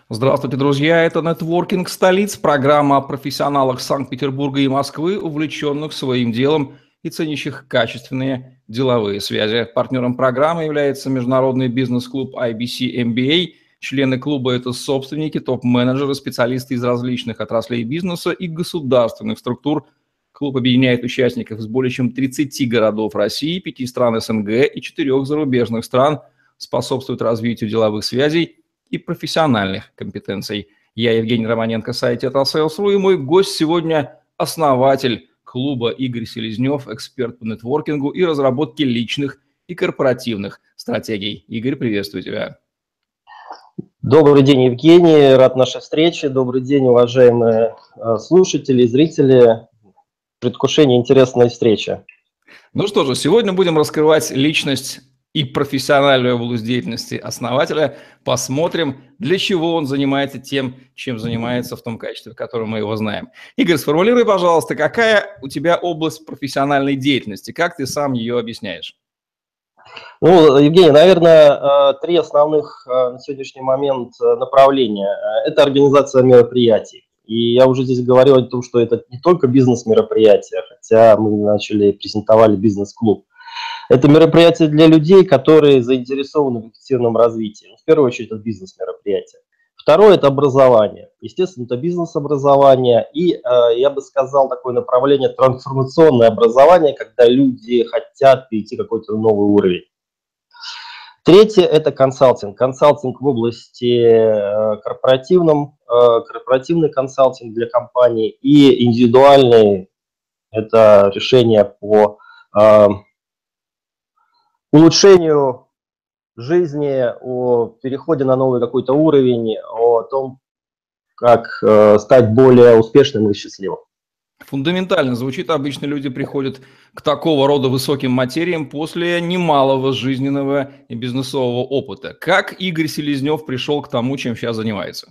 Здравствуйте, друзья! Это «Нетворкинг столиц», программа о профессионалах Санкт-Петербурга и Москвы, увлеченных своим делом и ценящих качественные деловые связи. Партнером программы является международный бизнес-клуб IBC MBA. Члены клуба – это собственники, топ-менеджеры, специалисты из различных отраслей бизнеса и государственных структур. Клуб объединяет участников из более чем 30 городов России, 5 стран СНГ и 4 зарубежных стран, способствует развитию деловых связей и профессиональных компетенций. Я Евгений Романенко, сайт Sales.ru, и мой гость сегодня – основатель клуба Игорь Селезнев, эксперт по нетворкингу и разработке личных и корпоративных стратегий. Игорь, приветствую тебя. Добрый день, Евгений, рад нашей встрече. Добрый день, уважаемые слушатели, зрители. Предвкушение интересной встречи. Ну что же, сегодня будем раскрывать личность и профессиональную область деятельности основателя. Посмотрим, для чего он занимается тем, чем занимается в том качестве, в котором мы его знаем. Игорь, сформулируй, пожалуйста, какая у тебя область профессиональной деятельности? Как ты сам ее объясняешь? Ну, Евгений, наверное, три основных на сегодняшний момент направления. Это организация мероприятий. И я уже здесь говорил о том, что это не только бизнес-мероприятия, хотя мы презентовали бизнес-клуб. Это мероприятие для людей, которые заинтересованы в эффективном развитии. В первую очередь, это бизнес-мероприятие. Второе – это образование. Естественно, это бизнес-образование и, я бы сказал, такое направление трансформационное образование, когда люди хотят перейти на какой-то новый уровень. Третье – это консалтинг. Консалтинг в области корпоративный консалтинг для компаний и индивидуальный – это решение по улучшению жизни, о переходе на новый какой-то уровень, о том, как стать более успешным и счастливым. Фундаментально звучит. Обычно люди приходят к такого рода высоким материям после немалого жизненного и бизнесового опыта. Как Игорь Селезнев пришел к тому, чем сейчас занимается?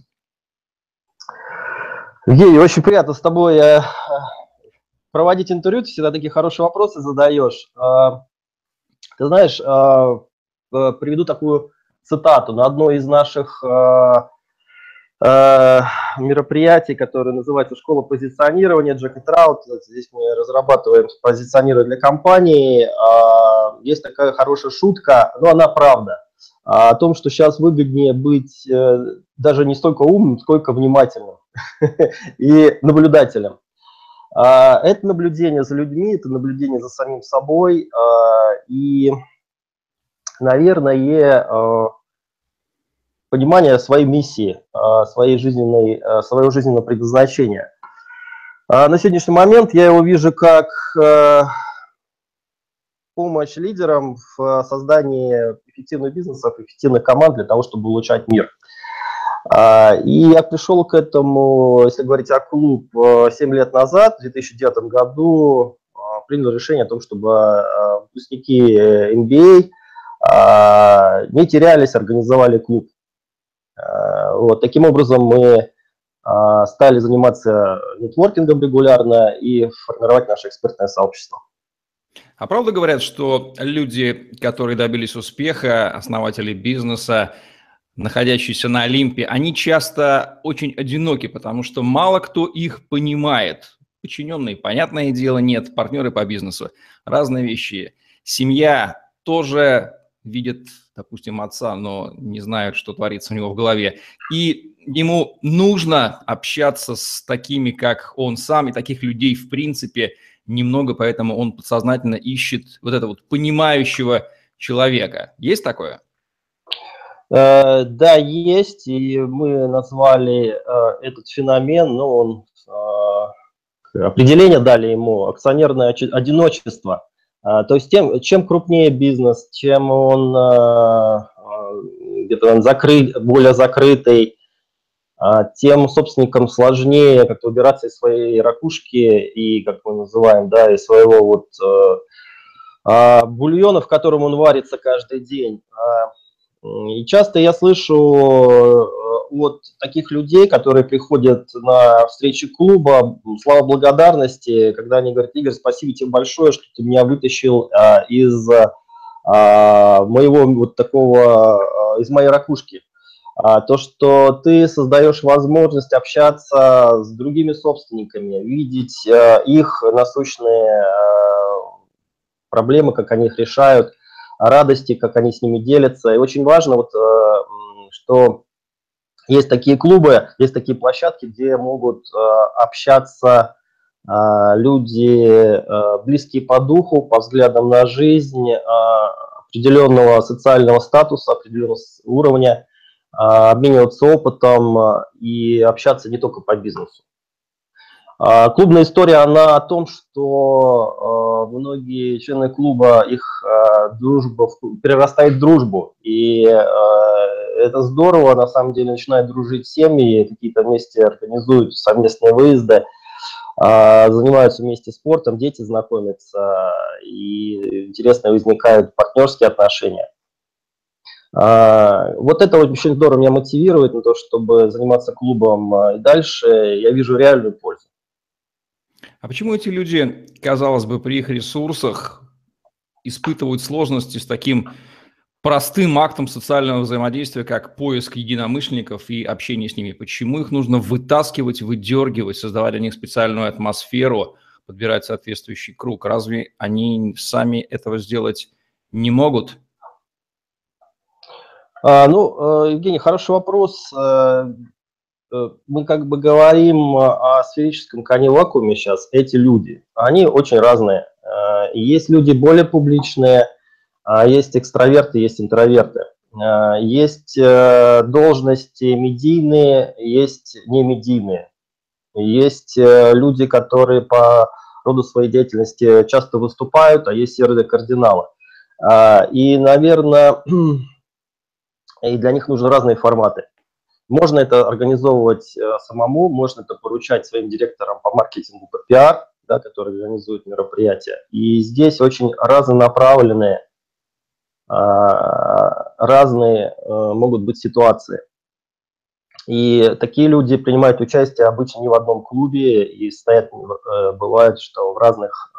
Евгений, очень приятно с тобой проводить интервью. Ты всегда такие хорошие вопросы задаешь. Ты знаешь, приведу такую цитату на одной из наших мероприятий, которое называется «Школа позиционирования» Джека Траут. Здесь мы разрабатываем позиционирование для компании. Есть такая хорошая шутка, но она правда, о том, что сейчас выгоднее быть даже не столько умным, сколько внимательным и наблюдателем. Это наблюдение за людьми, это наблюдение за самим собой и, наверное, понимание своей миссии, своего жизненного предназначения. На сегодняшний момент я его вижу как помощь лидерам в создании эффективных бизнесов, эффективных команд для того, чтобы улучшать мир. И я пришел к этому, если говорить о клуб, 7 лет назад, в 2009 году, принял решение о том, чтобы выпускники MBA не терялись, организовали клуб. Вот, таким образом мы стали заниматься нетворкингом регулярно и формировать наше экспертное сообщество. А правда говорят, что люди, которые добились успеха, основатели бизнеса, находящиеся на Олимпе, они часто очень одиноки, потому что мало кто их понимает. Подчиненные, понятное дело, нет, партнеры по бизнесу, разные вещи. Семья тоже видит, допустим, отца, но не знают, что творится у него в голове. И ему нужно общаться с такими, как он сам, и таких людей, в принципе, немного, поэтому он подсознательно ищет вот этого вот понимающего человека. Есть такое? Да, есть, и мы назвали этот феномен, определение дали ему, акционерное одиночество. То есть чем крупнее бизнес, чем он более закрытый, тем собственникам сложнее как-то убираться из своей ракушки и, как мы называем, да, из своего бульона, в котором он варится каждый день. И часто я слышу от таких людей, которые приходят на встречи клуба, слова благодарности, когда они говорят: Игорь, спасибо тебе большое, что ты меня вытащил из моей ракушки. То, что ты создаешь возможность общаться с другими собственниками, видеть их насущные проблемы, как они их решают, радости, как они с ними делятся. И очень важно, вот, что есть такие клубы, есть такие площадки, где могут общаться люди, близкие по духу, по взглядам на жизнь, определенного социального статуса, определенного уровня, обмениваться опытом и общаться не только по бизнесу. Клубная история, она о том, что многие члены клуба, их дружба перерастает в дружбу. И это здорово, на самом деле, начинают дружить семьи, какие-то вместе организуют совместные выезды, занимаются вместе спортом, дети знакомятся, и интересно возникают партнерские отношения. Вот это очень здорово меня мотивирует на то, чтобы заниматься клубом и дальше. Я вижу реальную пользу. А почему эти люди, казалось бы, при их ресурсах испытывают сложности с таким простым актом социального взаимодействия, как поиск единомышленников и общение с ними? Почему их нужно вытаскивать, выдергивать, создавать для них специальную атмосферу, подбирать соответствующий круг? Разве они сами этого сделать не могут? Евгений, хороший вопрос. Мы как бы говорим о сферическом коне-вакууме сейчас. Эти люди, они очень разные. Есть люди более публичные, есть экстраверты, есть интроверты. Есть должности медийные, есть немедийные. Есть люди, которые по роду своей деятельности часто выступают, а есть серые кардиналы. И, наверное, и для них нужны разные форматы. Можно это организовывать самому, можно это поручать своим директорам по маркетингу, по пиар, да, которые организуют мероприятия. И здесь очень разнонаправленные, разные могут быть ситуации. И такие люди принимают участие обычно не в одном клубе и стоят, бывает, что в разных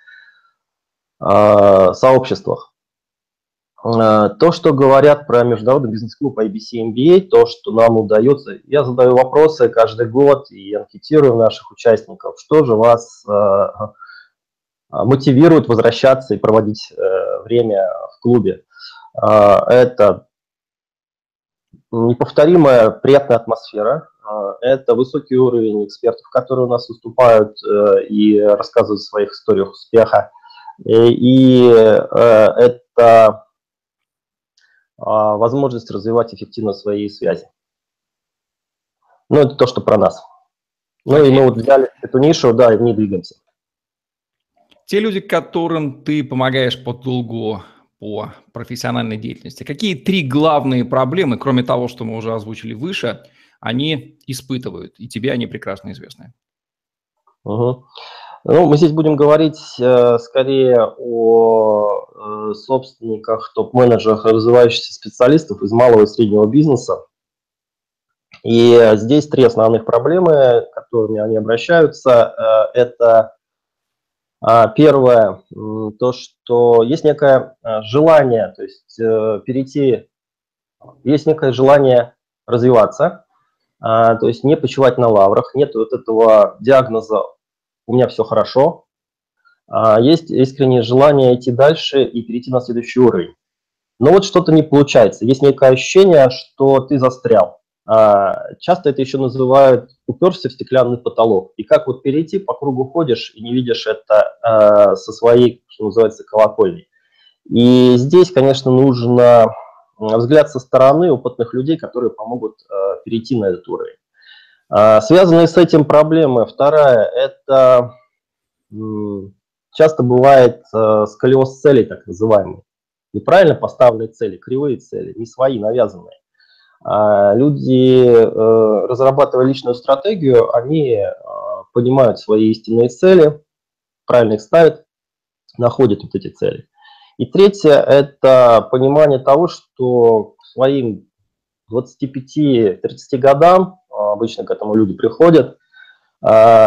сообществах. То, что говорят про международный бизнес-клуб IBC MBA, то, что нам удается, я задаю вопросы каждый год и анкетирую наших участников, что же вас мотивирует возвращаться и проводить время в клубе. Это неповторимая приятная атмосфера, это высокий уровень экспертов, которые у нас выступают и рассказывают о своих историях успеха, и это возможность развивать эффективно свои связи. Ну, это то, что про нас. Ну, и мы вот взяли эту нишу, да, и в ней двигаемся. Те люди, которым ты помогаешь по долгу, по профессиональной деятельности, какие 3 главные проблемы, кроме того, что мы уже озвучили выше, они испытывают, и тебе они прекрасно известны? Угу. Ну, мы здесь будем говорить скорее о собственниках, топ-менеджерах, развивающихся специалистов из малого и среднего бизнеса. И здесь 3 основных проблемы, к которыми они обращаются. Это первое, то, что есть некое желание, то есть перейти, есть некое желание развиваться, то есть не почивать на лаврах, нет вот этого диагноза «у меня все хорошо», есть искреннее желание идти дальше и перейти на следующий уровень. Но вот что-то не получается, есть некое ощущение, что ты застрял. Часто это еще называют «уперся в стеклянный потолок». И как вот перейти, по кругу ходишь и не видишь это со своей, что называется, колокольни. И здесь, конечно, нужно взгляд со стороны опытных людей, которые помогут перейти на этот уровень. Связанные с этим проблемы. Вторая – это часто бывает сколиоз целей, так называемый. Неправильно поставленные цели, кривые цели, не свои, навязанные. Люди, разрабатывая личную стратегию, они понимают свои истинные цели, правильно их ставят, находят вот эти цели. И третье – это понимание того, что к своим 25-30 годам, обычно к этому люди приходят,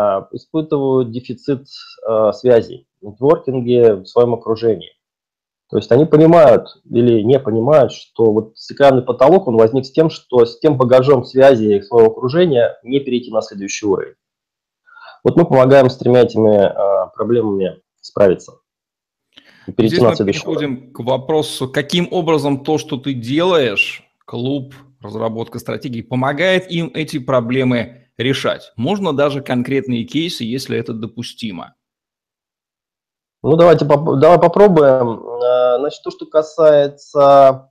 испытывают дефицит связей, нетворкинге в своем окружении. То есть они понимают или не понимают, что вот стеклянный потолок, он возник с тем, что с тем багажом связи своего окружения не перейти на следующий уровень. Вот мы помогаем с тремя этими проблемами справиться и перейти Здесь на мы следующий уровень. переходим к вопросу, каким образом то, что ты делаешь, клуб, разработка стратегий, помогает им эти проблемы решать. Можно даже конкретные кейсы, если это допустимо. Ну, давай попробуем. Значит, то, что касается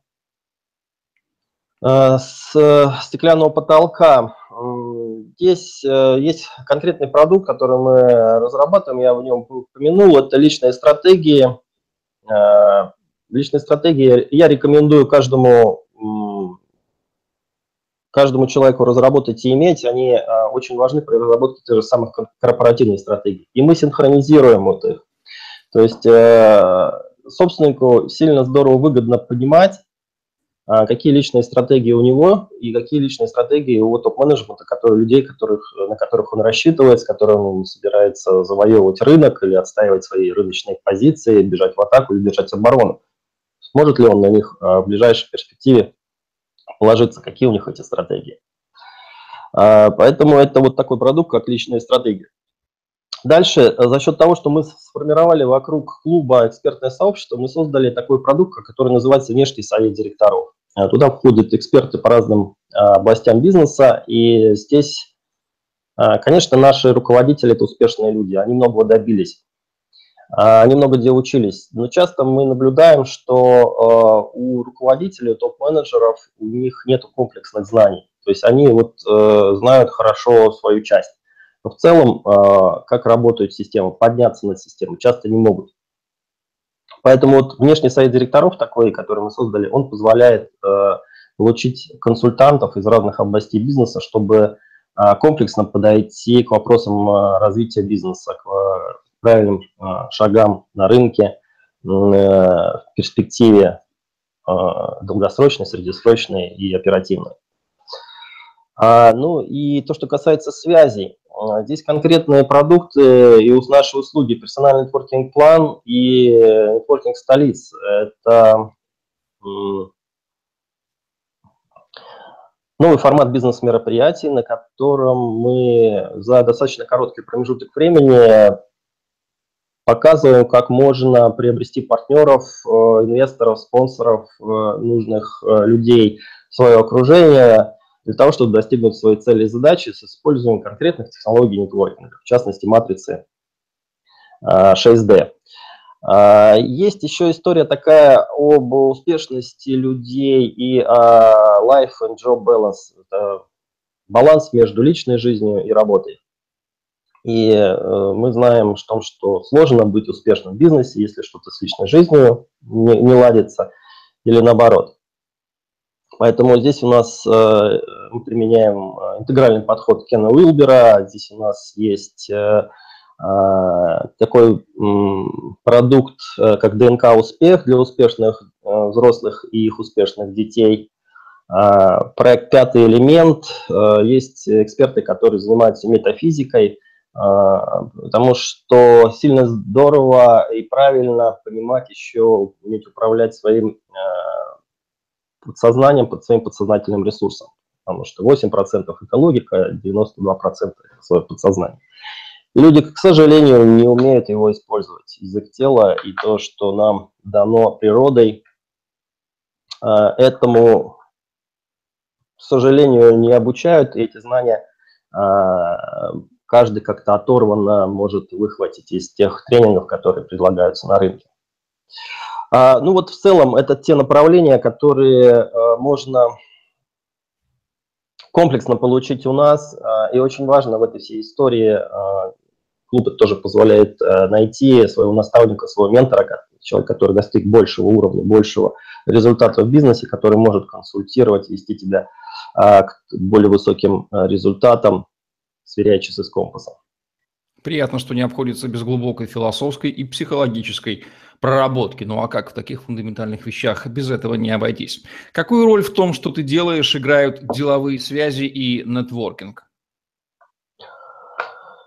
стеклянного потолка, здесь есть конкретный продукт, который мы разрабатываем, я в нем упомянул, это личные стратегии. Личные стратегии я рекомендую каждому человеку разработать и иметь, они очень важны при разработке тех же самых корпоративных стратегий. И мы синхронизируем вот их. То есть собственнику сильно здорово выгодно понимать, какие личные стратегии у него и какие личные стратегии у топ-менеджмента, людей, на которых он рассчитывает, с которыми он собирается завоевывать рынок или отстаивать свои рыночные позиции, бежать в атаку или держать оборону. Сможет ли он на них в ближайшей перспективе положиться, какие у них эти стратегии. Поэтому это вот такой продукт, как личные стратегии. Дальше, за счет того, что мы сформировали вокруг клуба экспертное сообщество, мы создали такой продукт, который называется «Внешний совет директоров». Туда входят эксперты по разным областям бизнеса, и здесь, конечно, наши руководители – это успешные люди, они многого добились, они много где учились, но часто мы наблюдаем, что у руководителей, у топ-менеджеров, у них нет комплексных знаний, то есть они знают хорошо свою часть. Но в целом, как работает система, подняться над системой часто не могут. Поэтому вот внешний совет директоров такой, который мы создали, он позволяет получить консультантов из разных областей бизнеса, чтобы комплексно подойти к вопросам развития бизнеса, к правильным шагам на рынке в перспективе долгосрочной, среднесрочной и оперативной. Ну и то, что касается связей. Здесь конкретные продукты и наши услуги, персональный нетворкинг-план и нетворкинг столиц. Это новый формат бизнес-мероприятий, на котором мы за достаточно короткий промежуток времени показываем, как можно приобрести партнеров, инвесторов, спонсоров, нужных людей в свое окружение, для того, чтобы достигнуть своей цели и задачи с использованием конкретных технологий нетворкинга, в частности, матрицы 6D. Есть еще история такая об успешности людей и life and job balance, это баланс между личной жизнью и работой. И мы знаем, что сложно быть успешным в бизнесе, если что-то с личной жизнью не ладится или наоборот. Поэтому здесь у нас мы применяем интегральный подход Кена Уилбера. Здесь у нас есть такой продукт, как ДНК «Успех» для успешных взрослых и их успешных детей. Проект «Пятый элемент». Есть эксперты, которые занимаются метафизикой, потому что сильно здорово и правильно понимать еще, уметь управлять своим подсознанием, под своим подсознательным ресурсом, потому что 8% это логика, 92% это свое подсознание. И люди, к сожалению, не умеют его использовать. Язык тела и то, что нам дано природой, этому, к сожалению, не обучают, и эти знания каждый как-то оторванно может выхватить из тех тренингов, которые предлагаются на рынке. Ну вот в целом это те направления, которые можно комплексно получить у нас, и очень важно в этой всей истории, клуб тоже позволяет найти своего наставника, своего ментора, человека, который достиг большего уровня, большего результата в бизнесе, который может консультировать, вести тебя к более высоким результатам, сверяя часы с компасом. Приятно, что не обходится без глубокой философской и психологической проработки. Ну а как в таких фундаментальных вещах без этого не обойтись? Какую роль в том, что ты делаешь, играют деловые связи и нетворкинг?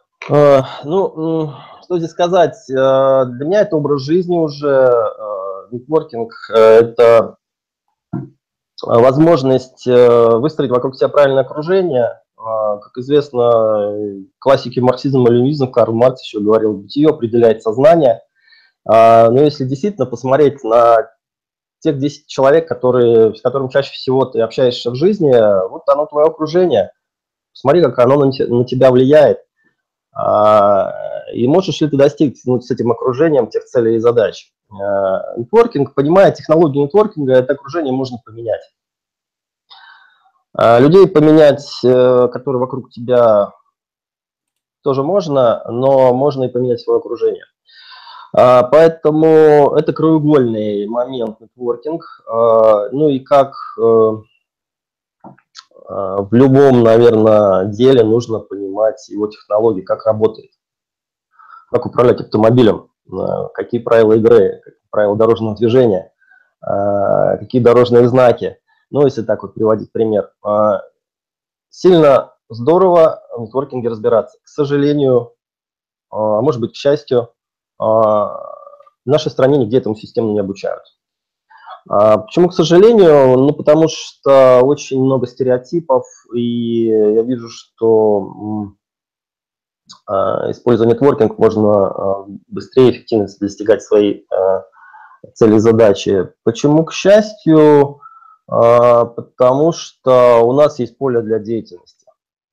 Ну, что здесь сказать? Для меня это образ жизни уже. нетворкинг – это возможность выстроить вокруг себя правильное окружение. Как известно, классики марксизма и ленинизма, Карл Маркс еще говорил, бытие определяет сознание. Но если действительно посмотреть на тех 10 человек, с которыми чаще всего ты общаешься в жизни, вот оно твое окружение. Смотри, как оно на тебя влияет. И можешь ли ты достичь с этим окружением тех целей и задач. Нетворкинг, понимая технологию нетворкинга, это окружение можно поменять. Людей поменять, которые вокруг тебя, тоже можно, но можно и поменять свое окружение. Поэтому это краеугольный момент нетворкинг. Ну и как в любом, наверное, деле нужно понимать его технологии, как работает, как управлять автомобилем, какие правила игры, какие правила дорожного движения, какие дорожные знаки. Ну, если так вот приводить пример. Сильно здорово в нетворкинге разбираться. К сожалению, а может быть, к счастью, в нашей стране нигде этому систему не обучают. Почему, к сожалению? Ну, потому что очень много стереотипов, и я вижу, что используя нетворкинг, можно быстрее и эффективно достигать своей цели и задачи. Почему, к счастью? Потому что у нас есть поле для деятельности.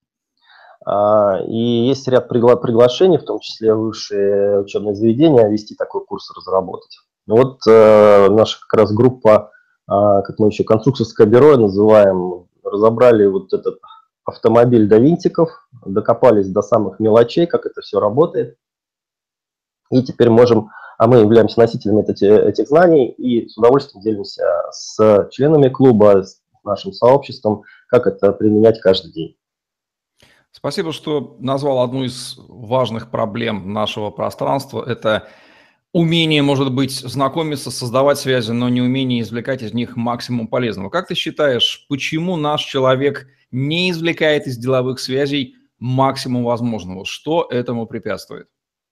И есть ряд приглашений, в том числе высшие учебные заведения, вести такой курс, разработать. Вот наша как раз группа, как мы еще конструкторское бюро называем, разобрали вот этот автомобиль до винтиков, докопались до самых мелочей, как это все работает. И теперь можем, мы являемся носителями этих знаний и с удовольствием делимся с членами клуба, с нашим сообществом, как это применять каждый день. Спасибо, что назвал одну из важных проблем нашего пространства. Это умение, может быть, знакомиться, создавать связи, но не умение извлекать из них максимум полезного. Как ты считаешь, почему наш человек не извлекает из деловых связей максимум возможного? Что этому препятствует?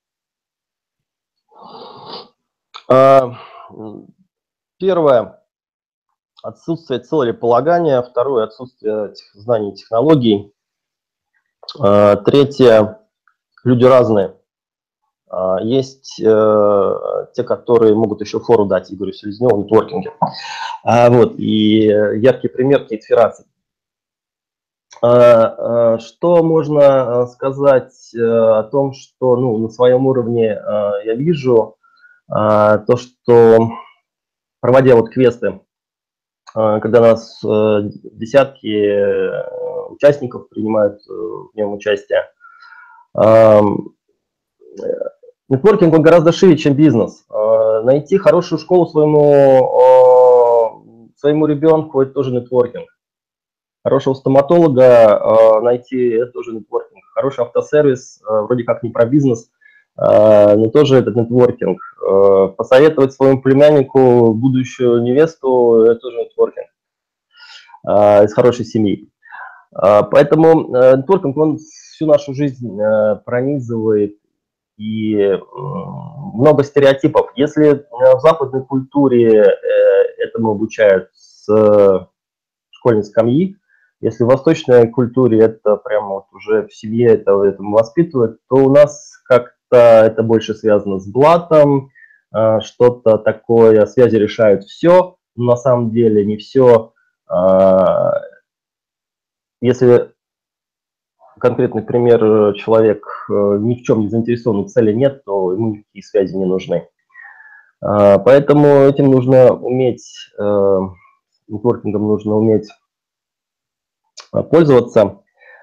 Первое – отсутствие целеполагания. Второе – отсутствие знаний и технологий. Третье – люди разные. Есть те, которые могут еще фору дать Игорю Селезневу в нетворкинге. Вот, и яркий пример – Кейт Ферраци. Что можно сказать о том, что на своем уровне я вижу, то, что проводя вот квесты, когда нас десятки участников принимают в нем участие, нетворкинг он гораздо шире, чем бизнес. Найти хорошую школу своему ребенку – это тоже нетворкинг. Хорошего стоматолога найти – это тоже нетворкинг. Хороший автосервис, вроде как не про бизнес, но тоже этот нетворкинг. Посоветовать своему племяннику будущую невесту – это тоже нетворкинг из хорошей семьи. Поэтому нетворкинг, он всю нашу жизнь пронизывает, и много стереотипов. Если в западной культуре этому обучают с школьной скамьи, если в восточной культуре это прямо вот уже в семье этому воспитывают, то у нас как-то это больше связано с блатом, что-то такое, связи решают все, но на самом деле не все. Если конкретный пример, человек ни в чем не заинтересован, цели нет, то ему никакие связи не нужны. Поэтому этим нужно уметь, нетворкингом нужно уметь пользоваться.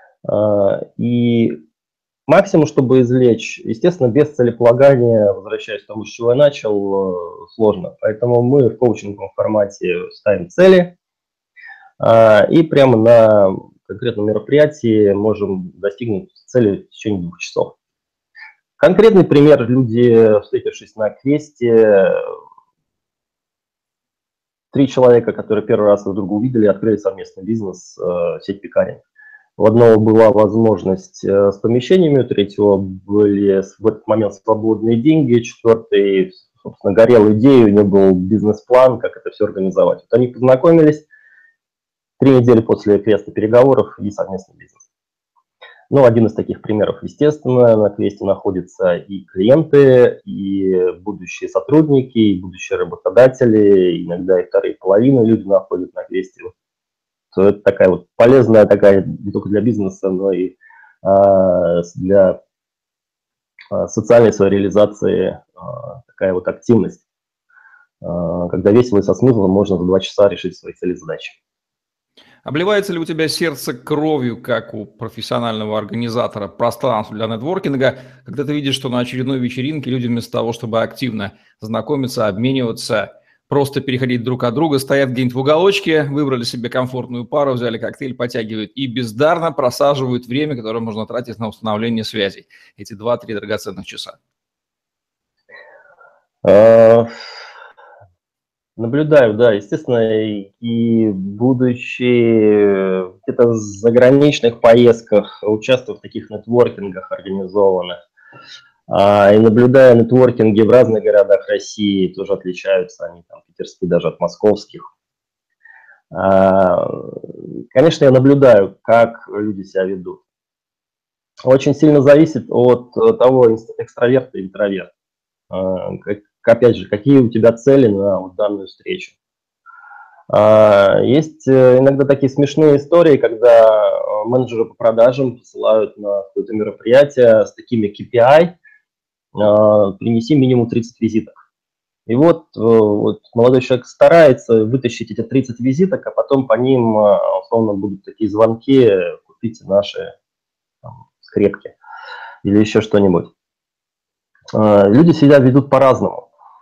И максимум, чтобы извлечь, естественно, без целеполагания, возвращаясь к тому, с чего я начал, сложно. Поэтому мы в коучинговом формате ставим цели и прямо на конкретном мероприятии можем достигнуть цели в течение 2 часов. Конкретный пример: люди, встретившись на квесте, 3 человека, которые первый раз друг друга увидели, открыли совместный бизнес, сеть пекарен. У одного была возможность с помещениями, у третьего были в этот момент свободные деньги, четвертый собственно, горел идеей, у него был бизнес-план, как это все организовать. Вот они познакомились, 3 недели после квеста переговоров и совместный бизнес. Ну, один из таких примеров, естественно, на квесте находятся и клиенты, и будущие сотрудники, и будущие работодатели, иногда и вторые половины люди находят на квесте. Вот это такая вот полезная, такая не только для бизнеса, но и для социальной своей реализации такая вот активность, когда весело и со смыслом можно за 2 часа решить свои цели и задачи. Обливается ли у тебя сердце кровью, как у профессионального организатора пространства для нетворкинга, когда ты видишь, что на очередной вечеринке люди вместо того, чтобы активно знакомиться, обмениваться, просто переходить друг от друга, стоят где-нибудь в уголочке, выбрали себе комфортную пару, взяли коктейль, потягивают и бездарно просаживают время, которое можно тратить на установление связей. Эти 2-3 драгоценных часа. Наблюдаю, да, естественно, и будучи где-то в заграничных поездках, участвуя в таких нетворкингах организованных, и наблюдая нетворкинги в разных городах России, тоже отличаются они, там, питерские даже от московских. Конечно, я наблюдаю, как люди себя ведут. Очень сильно зависит от того, экстраверт или интроверт. Опять же, какие у тебя цели на вот данную встречу. Есть иногда такие смешные истории, когда менеджеры по продажам посылают на какое-то мероприятие с такими KPI, принеси минимум 30 визиток. И вот молодой человек старается вытащить эти 30 визиток, а потом по ним, условно, будут такие звонки, купите наши там, скрепки или еще что-нибудь. Люди себя ведут по-разному.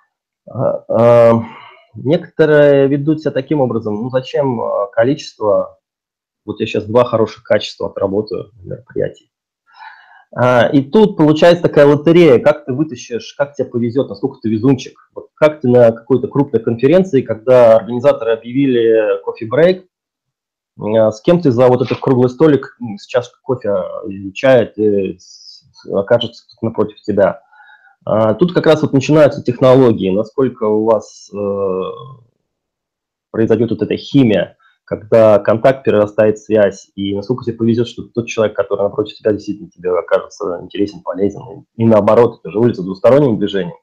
Некоторые ведут себя таким образом, ну зачем количество, вот я сейчас 2 хороших качества отработаю на мероприятии. И тут получается такая лотерея, как ты вытащишь, как тебе повезет, насколько ты везунчик. Вот как ты на какой-то крупной конференции, когда организаторы объявили кофе-брейк, с кем ты за вот этот круглый столик с чашкой кофе или чая окажется напротив тебя. Тут как раз вот начинаются технологии, насколько у вас произойдет вот эта химия, когда контакт перерастает в связь, и насколько тебе повезет, что тот человек, который напротив тебя, действительно тебе окажется интересен, полезен, и наоборот, это же улица двусторонним движением.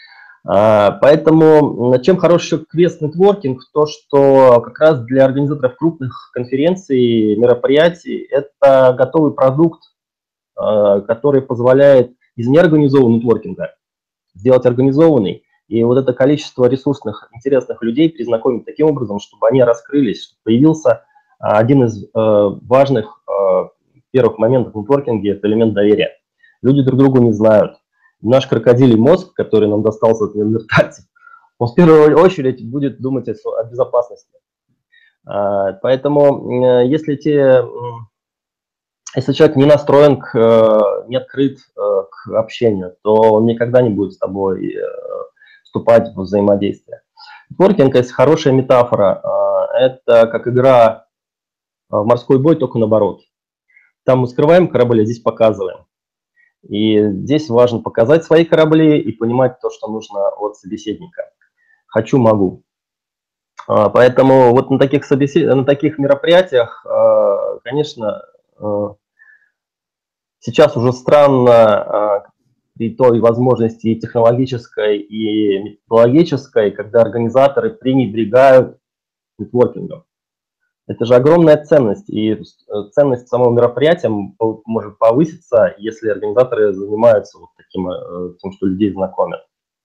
Поэтому чем хорош еще квест-нетворкинг, то, что как раз для организаторов крупных конференций, мероприятий, это готовый продукт, который позволяет из неорганизованного нетворкинга сделать организованный, и вот это количество ресурсных, интересных людей перезнакомить таким образом, чтобы они раскрылись, чтобы появился один из важных первых моментов в нетворкинге – это элемент доверия. Люди друг другу не знают. Наш крокодилий мозг, который нам достался от неандертальцев, он в первую очередь будет думать о безопасности. Поэтому если человек не настроен, не открыт к общению, то он никогда не будет с тобой вступать в взаимодействие. Нетворкинг – это хорошая метафора. Это как игра в морской бой, только наоборот. Там мы скрываем корабли, а здесь показываем. И здесь важно показать свои корабли и понимать то, что нужно от собеседника. Хочу, могу. Поэтому вот на таких мероприятиях, конечно, сейчас уже странно при той возможности и технологической, и методологической, когда организаторы пренебрегают нетворкингом. Это же огромная ценность, и ценность самого мероприятия может повыситься, если организаторы занимаются вот таким, тем, что людей знакомят.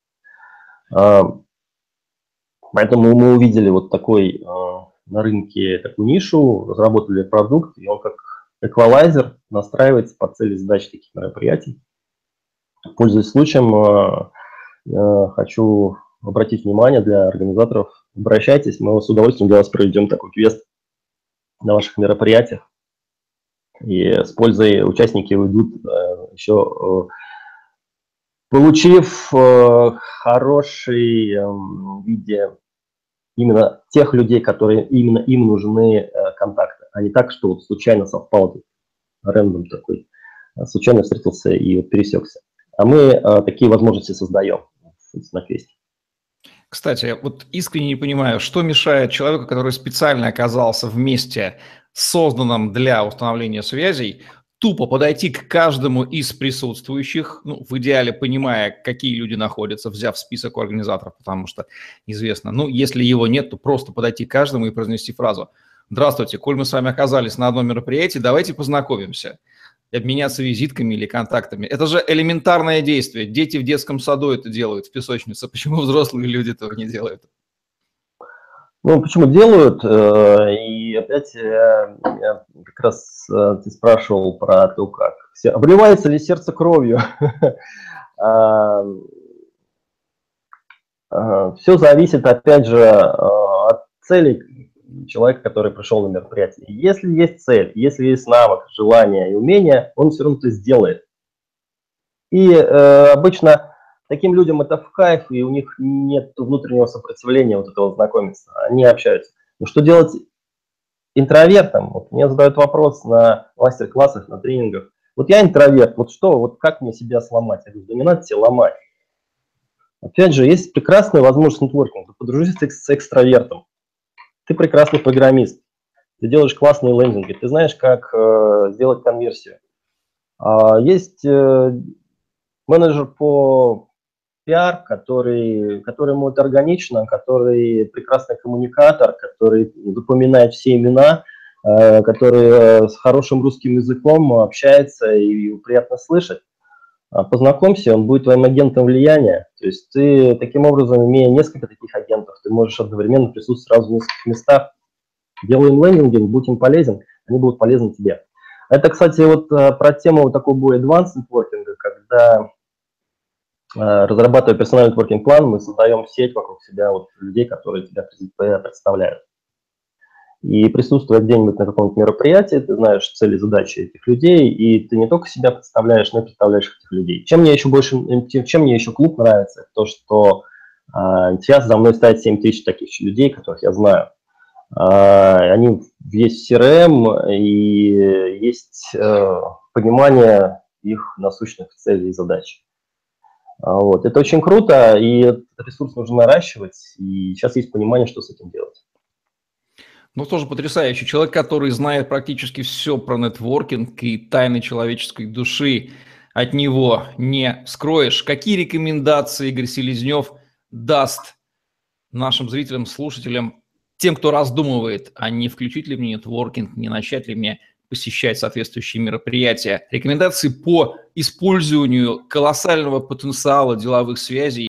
Поэтому мы увидели вот такой на рынке такую нишу, разработали продукт, и он как эквалайзер настраивается по цели задач таких мероприятий. Пользуясь случаем, хочу обратить внимание для организаторов, обращайтесь, мы с удовольствием для вас проведем такой квест на ваших мероприятиях. И с пользой участники уйдут еще, получив хороший виде именно тех людей, которые именно им нужны контакты, а не так, что вот случайно совпал рандом такой, случайно встретился и вот пересекся. А мы такие возможности создаем на квесте. Кстати, вот искренне не понимаю, что мешает человеку, который специально оказался в месте, созданном для установления связей, тупо подойти к каждому из присутствующих, ну, в идеале понимая, какие люди находятся, взяв список у организаторов, потому что известно, ну, если его нет, то просто подойти к каждому и произнести фразу: «Здравствуйте, коль мы с вами оказались на одном мероприятии, давайте познакомимся». И обменяться визитками или контактами. Это же элементарное действие. Дети в детском саду это делают, в песочнице. Почему взрослые люди этого не делают? Ну, почему делают? И опять я как раз ты спрашивал про то, как обливается ли сердце кровью. Все зависит, опять же, от цели человека, который пришел на мероприятие. Если есть цель, если есть навык, желание и умение, он все равно это сделает. И обычно таким людям это в кайф, и у них нет внутреннего сопротивления вот этого знакомиться. Они общаются. Но что делать интровертам? Вот мне задают вопрос на мастер-классах, на тренингах. Вот я интроверт, вот что, вот как мне себя сломать? Я говорю, да не надо себя ломать. Опять же, есть прекрасная возможность нетворкинга. Подружись с экстравертом. Ты прекрасный программист. Ты делаешь классные лендинги. Ты знаешь, как сделать конверсию. Есть менеджер по пиар, которому это органично, который прекрасный коммуникатор, который запоминает все имена, который с хорошим русским языком общается и приятно слышать. Познакомься, он будет твоим агентом влияния. То есть ты таким образом, имея несколько таких агентов, ты можешь одновременно присутствовать сразу в нескольких местах. Делай им лендинги, будь им полезен, они будут полезны тебе. Это, кстати, вот про тему вот такого более advanced нетворкинга, когда разрабатывая персональный нетворкинг-план, мы создаем сеть вокруг себя вот людей, которые тебя представляют. И присутствуя где-нибудь на каком-нибудь мероприятии, ты знаешь цели, задачи этих людей, и ты не только себя представляешь, но и представляешь этих людей. Чем мне еще клуб нравится, то что сейчас за мной стоят 7 тысяч таких людей, которых я знаю. Они есть CRM, и есть понимание их насущных целей и задач. Вот. Это очень круто, и этот ресурс нужно наращивать, и сейчас есть понимание, что с этим делать. Ну, тоже потрясающий человек, который знает практически все про нетворкинг и тайны человеческой души. От него не скроешь. Какие рекомендации Игорь Селезнев даст нашим зрителям, слушателям, тем, кто раздумывает, а не включить ли мне нетворкинг, не начать ли мне посещать соответствующие мероприятия? Рекомендации по использованию колоссального потенциала деловых связей